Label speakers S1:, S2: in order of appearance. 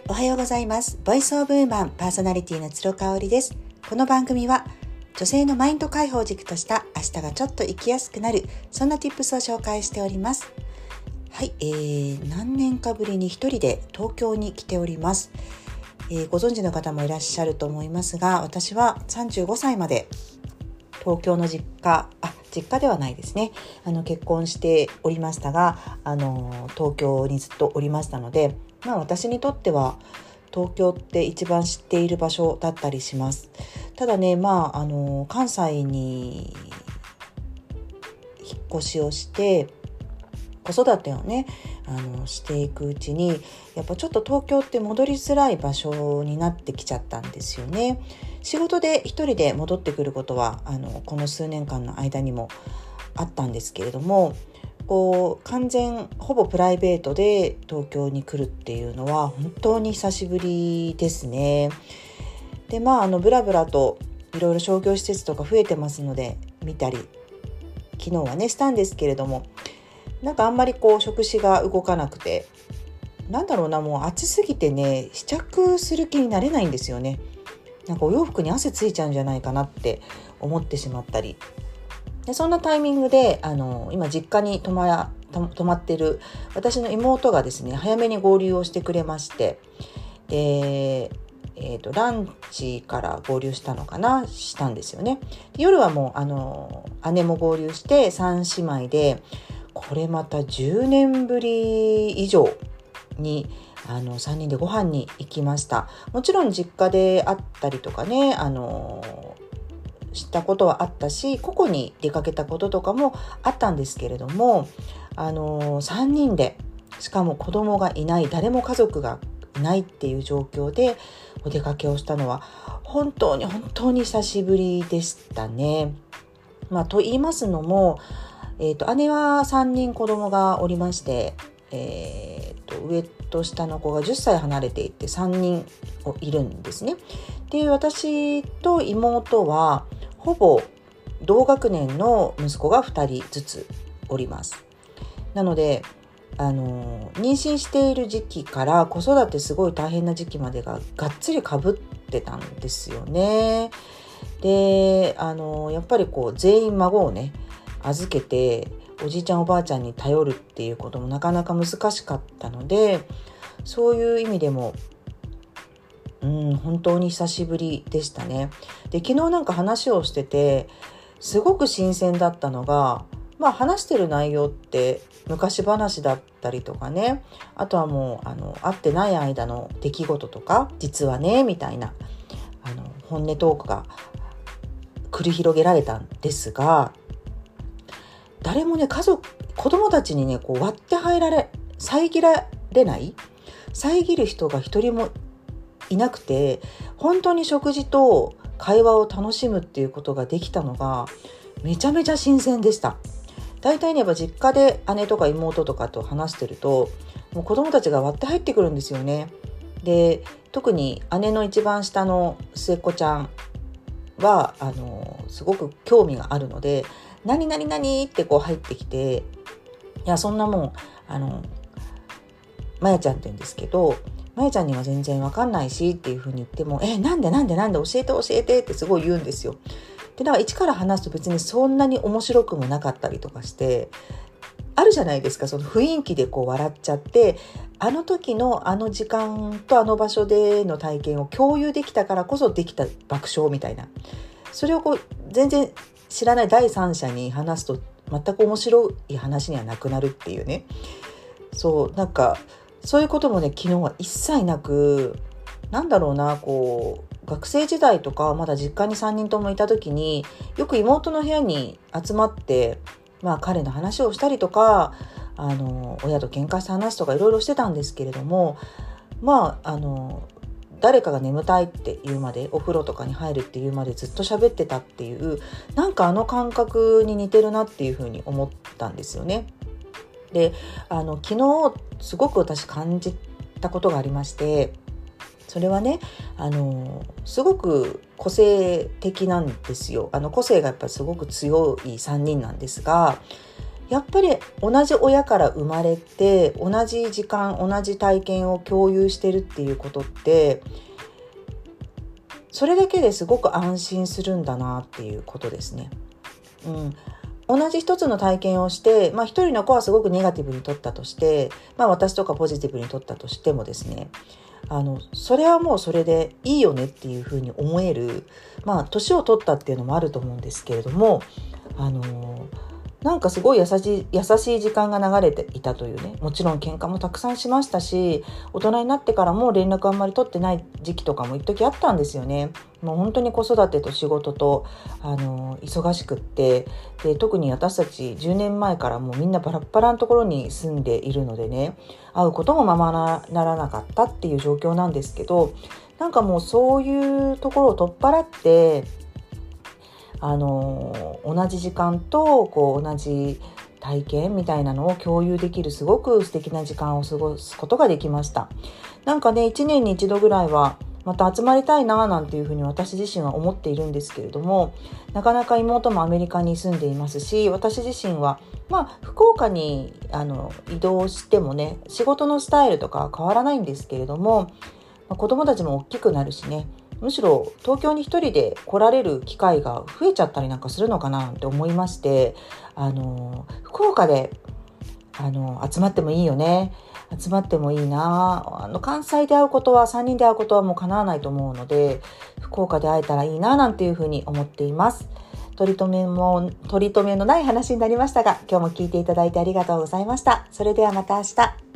S1: おはようございます。ボイスオブウーマンパーソナリティの鶴香織です。この番組は女性のマインド解放軸とした明日がちょっと生きやすくなる、そんな tips を紹介しております。はい、何年かぶりに一人で東京に来ております。ご存知の方もいらっしゃると思いますが、私は35歳まで東京の実家ではないですね。結婚しておりましたが、東京にずっとおりましたので、私にとっては東京って一番知っている場所だったりします。ただね、関西に引っ越しをして子育てをねしていくうちに、やっぱちょっと東京って戻りづらい場所になってきちゃったんですよね。仕事で一人で戻ってくることはこの数年間の間にもあったんですけれども、完全ほぼプライベートで東京に来るっていうのは本当に久しぶりですね。でブラブラといろいろ商業施設とか増えてますので見たり昨日はねしたんですけれども、あんまり食事が動かなくて、もう暑すぎてね試着する気になれないんですよね。お洋服に汗ついちゃうんじゃないかなって思ってしまったりで、そんなタイミングで今実家に泊まってる私の妹がですね早めに合流をしてくれまして、でランチから合流したんですよね。で夜はもう姉も合流して3姉妹で、これまた10年ぶり以上に3人でご飯に行きました。もちろん実家であったりとかね知ったことはあったし、個々に出かけたこととかもあったんですけれども、3人で、しかも子供がいない、誰も家族がいないっていう状況でお出かけをしたのは本当に久しぶりでしたね。と言いますのも、姉は3人子供がおりまして、上と下の子が10歳離れていて3人いるんですね。で、私と妹はほぼ同学年の息子が2人ずつおります。なので妊娠している時期から子育てすごい大変な時期までががっつりかぶってたんですよね。でやっぱり全員孫をね預けておじいちゃんおばあちゃんに頼るっていうこともなかなか難しかったので、そういう意味でも本当に久しぶりでしたね。で、昨日話をしててすごく新鮮だったのが、話してる内容って昔話だったりとかね、あとはもう会ってない間の出来事とか、実はねみたいな本音トークが繰り広げられたんですが、誰もね子供たちにね割って遮られない、遮る人が一人もいなくて、本当に食事と会話を楽しむっていうことができたのがめちゃめちゃ新鮮でした。大体ね、やっぱ実家で姉とか妹とかと話してると、もう子供たちが割って入ってくるんですよね。で、特に姉の一番下の末っ子ちゃんはすごく興味があるので、何って入ってきて、いやそんなもんまやちゃんって言うんですけど、まやちゃんには全然わかんないしっていう風に言っても、なんで教えてってすごい言うんですよ。で、一から話すと別にそんなに面白くもなかったりとかして、あるじゃないですか、その雰囲気で笑っちゃって、あの時のあの時間とあの場所での体験を共有できたからこそできた爆笑みたいな、それを全然知らない第三者に話すと全く面白い話にはなくなるっていうね。そういうこともね昨日は一切なく、学生時代とかまだ実家に3人ともいた時によく妹の部屋に集まって彼の話をしたりとか親と喧嘩して話すとかいろいろしてたんですけれども、誰かが眠たいって言うまで、お風呂とかに入るっていうまでずっと喋ってたっていう、あの感覚に似てるなっていうふうに思ったんですよね。で、昨日すごく私感じたことがありまして、それはねすごく個性的なんですよ。個性がやっぱりすごく強い3人なんですが、 やっぱり同じ親から生まれて同じ時間同じ体験を共有してるっていうことって、それだけですごく安心するんだなっていうことですね。同じ一つの体験をして、一人の子はすごくネガティブに取ったとして、私とかポジティブに取ったとしてもですね、それはもうそれでいいよねっていうふうに思える、年を取ったっていうのもあると思うんですけれども、なんかすごい優しい時間が流れていたというね。もちろん喧嘩もたくさんしましたし、大人になってからも連絡あんまり取ってない時期とかも一時あったんですよね。もう本当に子育てと仕事と忙しくって、で特に私たち10年前からもうみんなバラッバラのところに住んでいるのでね、会うこともままならなかったっていう状況なんですけど、なんかもうそういうところを取っ払って、同じ時間と同じ体験みたいなのを共有できるすごく素敵な時間を過ごすことができました。なんかね、1年に1度ぐらいはまた集まりたいななんていうふうに私自身は思っているんですけれども、なかなか妹もアメリカに住んでいますし、私自身は福岡に移動してもね、仕事のスタイルとかは変わらないんですけれども、子供たちも大きくなるしね、むしろ東京に一人で来られる機会が増えちゃったりなんかするのかななんて思いまして、福岡で集まってもいいよね。集まってもいいな。関西で会うことは、3人で会うことはもう叶わないと思うので、福岡で会えたらいいななんていうふうに思っています。取り留めのない話になりましたが、今日も聞いていただいてありがとうございました。それではまた明日。